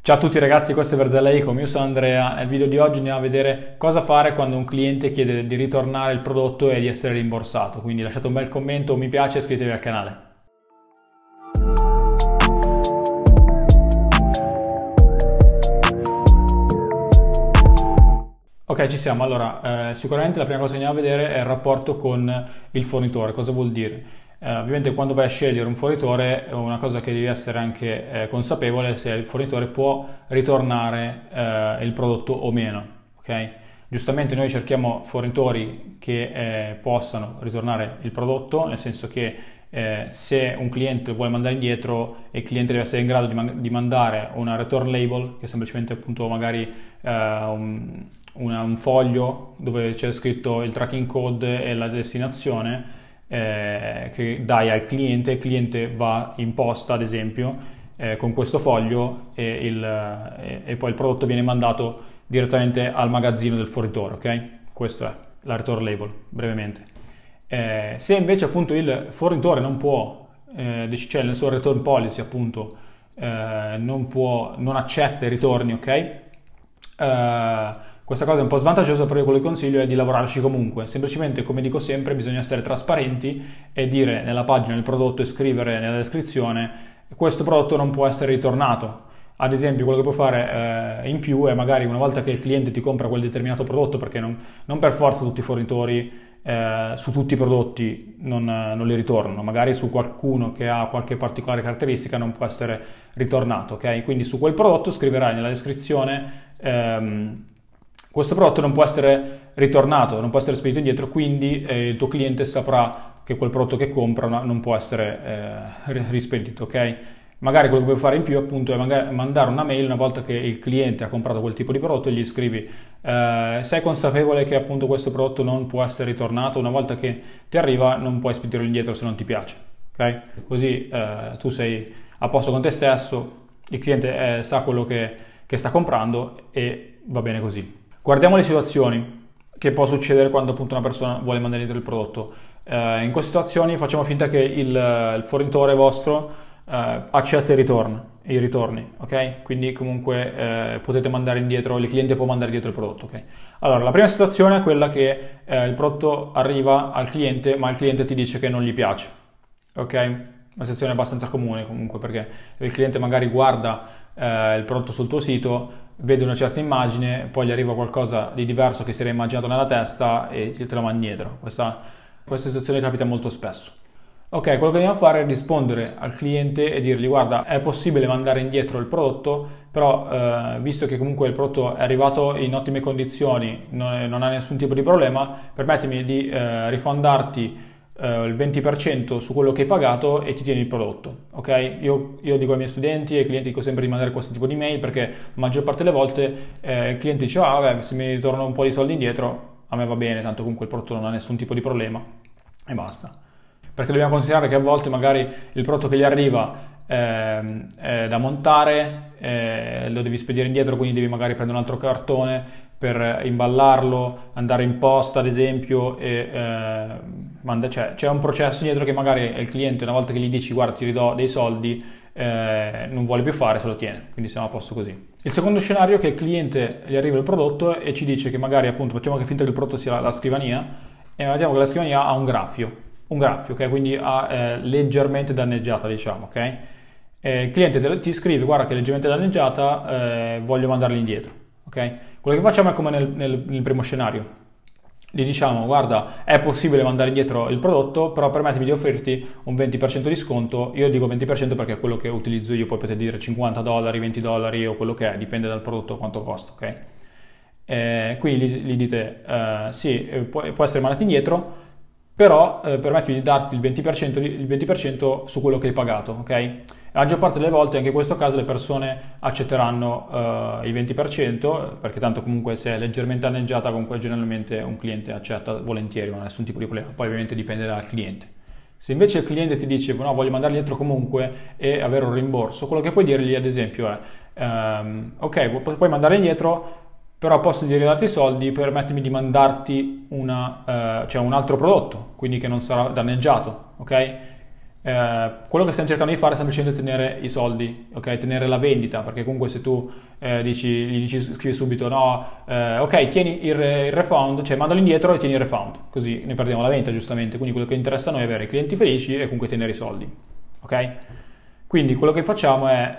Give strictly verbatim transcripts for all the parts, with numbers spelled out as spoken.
Ciao a tutti ragazzi, questo è Verzella Ecom, io sono Andrea. Nel video di oggi andiamo a vedere cosa fare quando un cliente chiede di ritornare il prodotto e di essere rimborsato. Quindi lasciate un bel commento, un mi piace e iscrivetevi al canale. Ok, ci siamo. Allora, eh, sicuramente la prima cosa che andiamo a vedere è il rapporto con il fornitore. Cosa vuol dire? Eh, ovviamente quando vai a scegliere un fornitore, una cosa che devi essere anche eh, consapevole è se il fornitore può ritornare eh, il prodotto o meno. Ok? Giustamente noi cerchiamo fornitori che eh, possano ritornare il prodotto, nel senso che eh, se un cliente vuole mandare indietro, il cliente deve essere in grado di, man- di mandare una return label, che è semplicemente appunto magari eh, un, una, un foglio dove c'è scritto il tracking code e la destinazione, Eh, che dai al cliente. Il cliente va in posta ad esempio eh, con questo foglio e, il, e, e poi il prodotto viene mandato direttamente al magazzino del fornitore. Ok, questo è la return label brevemente. Eh, se invece appunto il fornitore non può eh, cioè nel suo return policy appunto eh, non può non accetta i ritorni, ok, eh, questa cosa è un po' svantaggiosa, però io quello che consiglio è di lavorarci comunque. Semplicemente, come dico sempre, bisogna essere trasparenti e dire nella pagina del prodotto e scrivere nella descrizione: questo prodotto non può essere ritornato. Ad esempio, quello che puoi fare eh, in più è magari, una volta che il cliente ti compra quel determinato prodotto, perché non, non per forza tutti i fornitori eh, su tutti i prodotti non, non li ritornano, magari su qualcuno che ha qualche particolare caratteristica non può essere ritornato, ok? Quindi su quel prodotto scriverai nella descrizione ehm, questo prodotto non può essere ritornato, non può essere spedito indietro, quindi eh, il tuo cliente saprà che quel prodotto che compra non può essere eh, rispedito, ok? Magari quello che puoi fare in più appunto è magari mandare una mail una volta che il cliente ha comprato quel tipo di prodotto e gli scrivi eh, sei consapevole che appunto questo prodotto non può essere ritornato, una volta che ti arriva non puoi spedirlo indietro se non ti piace, ok? Così eh, tu sei a posto con te stesso, il cliente eh, sa quello che, che sta comprando e va bene così. Guardiamo le situazioni che può succedere quando appunto una persona vuole mandare indietro il prodotto. Eh, in queste situazioni facciamo finta che il, il fornitore vostro eh, accetta i ritorni, i ritorni, ok? Quindi comunque eh, potete mandare indietro, il cliente può mandare indietro il prodotto, ok? Allora, la prima situazione è quella che eh, il prodotto arriva al cliente, ma il cliente ti dice che non gli piace, ok? Una situazione abbastanza comune comunque, perché il cliente magari guarda eh, il prodotto sul tuo sito, vede una certa immagine, poi gli arriva qualcosa di diverso che si era immaginato nella testa e te la manda indietro. Questa, questa situazione capita molto spesso. Ok, quello che dobbiamo fare è rispondere al cliente e dirgli: guarda, è possibile mandare indietro il prodotto, però eh, visto che comunque il prodotto è arrivato in ottime condizioni, non, è, non ha nessun tipo di problema, permettimi di eh, rifondarti Uh, il venti per cento su quello che hai pagato e ti tieni il prodotto, ok? Io, io dico ai miei studenti e ai clienti, dico sempre di mandare questo tipo di mail, perché la maggior parte delle volte eh, il cliente dice: ah vabbè, se mi ritornano un po' di soldi indietro a me va bene, tanto comunque il prodotto non ha nessun tipo di problema e basta. Perché dobbiamo considerare che a volte magari il prodotto che gli arriva eh, è da montare, eh, lo devi spedire indietro, quindi devi magari prendere un altro cartone per imballarlo, andare in posta ad esempio e eh, manda, cioè, c'è un processo dietro che magari il cliente, una volta che gli dici guarda ti ridò dei soldi, eh, non vuole più fare, se lo tiene, quindi siamo a posto così. Il secondo scenario è che il cliente gli arriva il prodotto e ci dice che magari appunto facciamo che finta che il prodotto sia la, la scrivania e vediamo che la scrivania ha un graffio, un graffio, ok? Quindi ha eh, leggermente danneggiata, diciamo, ok? E il cliente te, ti scrive guarda che è leggermente danneggiata, eh, voglio mandarla indietro, ok? Quello che facciamo è come nel, nel, nel primo scenario. Gli diciamo guarda, è possibile mandare indietro il prodotto, però permettimi di offrirti un venti per cento di sconto. Io dico venti per cento perché è quello che utilizzo io, poi potete dire cinquanta dollari, venti dollari o quello che è, dipende dal prodotto quanto costa, ok? Eh, quindi gli, gli dite eh, sì, può, può essere mandato indietro, però eh, permettimi di darti il venti per cento, il venti per cento su quello che hai pagato, ok? La maggior parte delle volte, anche in questo caso, le persone accetteranno uh, il venti per cento, perché tanto comunque se è leggermente danneggiata, comunque generalmente un cliente accetta volentieri, non ha nessun tipo di problema, poi ovviamente dipende dal cliente. Se invece il cliente ti dice no, voglio mandarli dietro comunque e avere un rimborso, quello che puoi dirgli ad esempio è um, ok, pu- puoi mandare indietro, però posso di ridarti i soldi, permettimi di mandarti una, uh, cioè un altro prodotto, quindi che non sarà danneggiato, ok? eh, quello che stiamo cercando di fare è semplicemente tenere i soldi, ok? Tenere la vendita, perché comunque se tu eh, dici, gli dici, scrivi subito no, eh, ok, tieni il, il refund, cioè mandalo indietro e tieni il refund, così ne perdiamo la vendita giustamente. Quindi quello che interessa a noi è avere i clienti felici e comunque tenere i soldi, ok? Quindi quello che facciamo è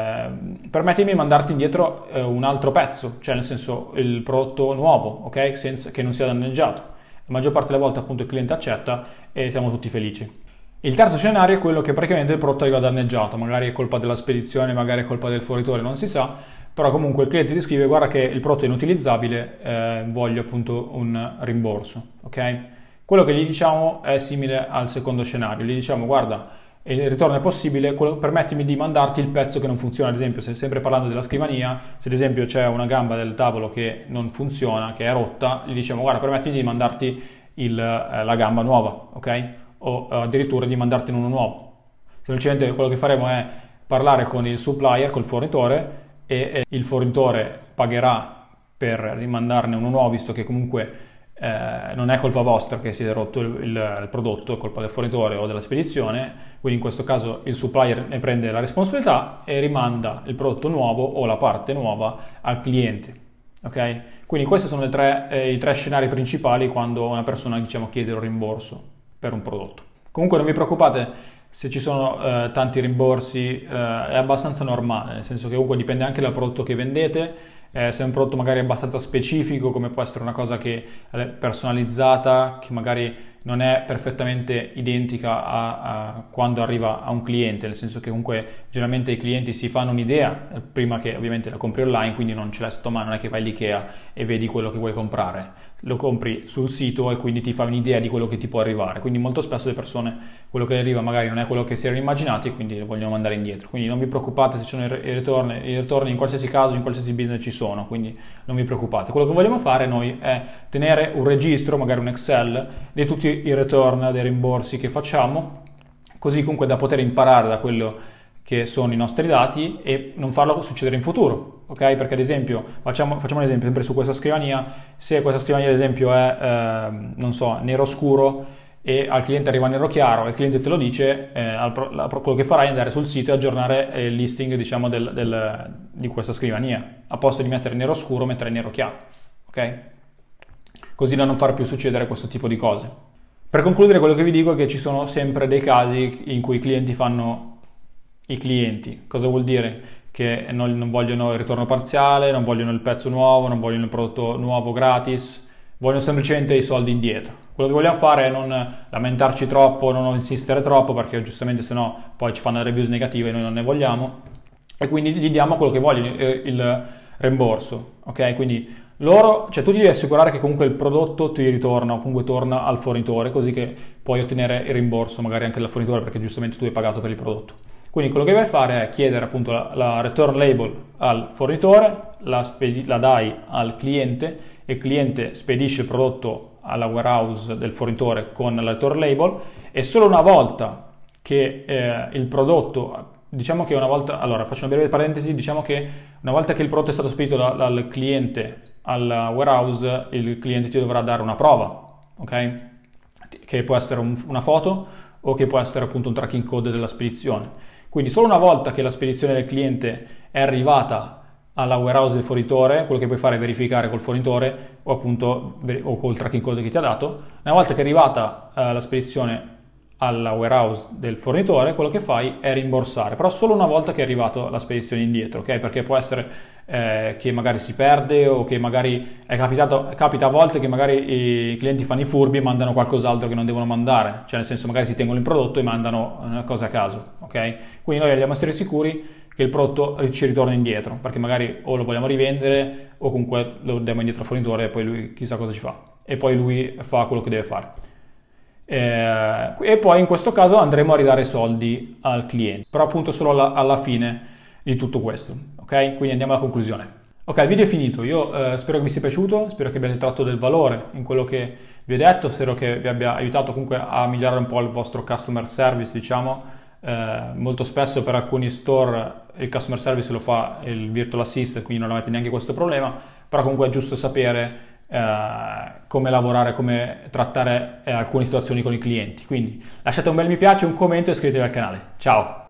eh, permettimi di mandarti indietro eh, un altro pezzo, cioè nel senso il prodotto nuovo, ok? Senza, che non sia danneggiato. La maggior parte delle volte appunto il cliente accetta e siamo tutti felici. Il terzo scenario è quello che praticamente il prodotto arriva danneggiato, magari è colpa della spedizione, magari è colpa del fornitore, non si sa, però comunque il cliente ti scrive guarda che il prodotto è inutilizzabile, eh, voglio appunto un rimborso, ok? Quello che gli diciamo è simile al secondo scenario, gli diciamo guarda, il ritorno è possibile, quello, permettimi di mandarti il pezzo che non funziona. Ad esempio, se sempre parlando della scrivania, se ad esempio c'è una gamba del tavolo che non funziona, che è rotta, gli diciamo guarda permettimi di mandarti il, eh, la gamba nuova, ok? O eh, addirittura di mandarti uno nuovo. Semplicemente quello che faremo è parlare con il supplier, col fornitore, e, e il fornitore pagherà per rimandarne uno nuovo, visto che comunque Eh, non è colpa vostra che si è rotto il, il, il prodotto, è colpa del fornitore o della spedizione, quindi in questo caso il supplier ne prende la responsabilità e rimanda il prodotto nuovo o la parte nuova al cliente, ok? Quindi questi sono le tre, eh, i tre scenari principali quando una persona, diciamo, chiede un rimborso per un prodotto. Comunque non vi preoccupate se ci sono eh, tanti rimborsi, eh, è abbastanza normale, nel senso che comunque dipende anche dal prodotto che vendete. Eh, se è un prodotto magari abbastanza specifico, come può essere una cosa che è personalizzata, che magari non è perfettamente identica a, a quando arriva a un cliente, nel senso che comunque generalmente i clienti si fanno un'idea prima che ovviamente la compri online, quindi non ce l'hai sotto mano, non è che vai all'IKEA e vedi quello che vuoi comprare, lo compri sul sito e quindi ti fai un'idea di quello che ti può arrivare. Quindi molto spesso le persone, quello che arriva magari non è quello che si erano immaginati e quindi lo vogliono mandare indietro. Quindi non vi preoccupate se ci sono i ritorni, i ritorni in qualsiasi caso, in qualsiasi business ci sono, quindi non vi preoccupate. Quello che vogliamo fare noi è tenere un registro, magari un Excel, di tutti i return, dei rimborsi che facciamo, così comunque da poter imparare da quello che sono i nostri dati e non farlo succedere in futuro, ok? Perché ad esempio, facciamo, facciamo un esempio sempre su questa scrivania, se questa scrivania ad esempio è, eh, non so, nero scuro e al cliente arriva nero chiaro e il cliente te lo dice, eh, al, la, quello che farai è andare sul sito e aggiornare il listing, diciamo, del, del, di questa scrivania, a posto di mettere nero scuro, mettere nero chiaro, ok? Così da non far più succedere questo tipo di cose. Per concludere, quello che vi dico è che ci sono sempre dei casi in cui i clienti fanno i clienti. Cosa vuol dire? Che non, non vogliono il ritorno parziale, non vogliono il pezzo nuovo, non vogliono il prodotto nuovo gratis, vogliono semplicemente i soldi indietro. Quello che vogliamo fare è non lamentarci troppo, non insistere troppo, perché giustamente se no poi ci fanno reviews negative e noi non ne vogliamo, e quindi gli diamo quello che vogliono, il rimborso, ok? Quindi loro, cioè tu ti devi assicurare che comunque il prodotto ti ritorna o comunque torna al fornitore, così che puoi ottenere il rimborso magari anche dal fornitore, perché giustamente tu hai pagato per il prodotto. Quindi quello che vai a fare è chiedere appunto la, la return label al fornitore, la, spedi, la dai al cliente, e il cliente spedisce il prodotto alla warehouse del fornitore con la return label, e solo una volta che eh, il prodotto, diciamo che una volta, allora faccio una breve parentesi, diciamo che una volta che il prodotto è stato spedito da, dal cliente alla warehouse, il cliente ti dovrà dare una prova, ok? Che può essere un, una foto o che può essere appunto un tracking code della spedizione. Quindi solo una volta che la spedizione del cliente è arrivata alla warehouse del fornitore, quello che puoi fare è verificare col fornitore o appunto o col tracking code che ti ha dato. Una volta che è arrivata eh, la spedizione alla warehouse del fornitore, quello che fai è rimborsare, però solo una volta che è arrivata la spedizione indietro, ok? Perché può essere eh, che magari si perde, o che magari è capitato, capita a volte che magari i clienti fanno i furbi e mandano qualcos'altro che non devono mandare, cioè nel senso magari si tengono il prodotto e mandano una cosa a caso, ok? Quindi noi vogliamo essere sicuri che il prodotto ci ritorna indietro, perché magari o lo vogliamo rivendere o comunque lo diamo indietro al fornitore e poi lui chissà cosa ci fa, e poi lui fa quello che deve fare. Eh, e poi in questo caso andremo a ridare soldi al cliente, però appunto solo alla, alla fine di tutto questo, ok? Quindi andiamo alla conclusione. Ok, il video è finito, io eh, spero che vi sia piaciuto, spero che abbiate tratto del valore in quello che vi ho detto, spero che vi abbia aiutato comunque a migliorare un po' il vostro customer service, diciamo. Eh, molto spesso per alcuni store il customer service lo fa il virtual assistant, quindi non avete neanche questo problema, però comunque è giusto sapere eh, come lavorare, come trattare eh, alcune situazioni con i clienti. Quindi lasciate un bel mi piace, un commento e iscrivetevi al canale. Ciao!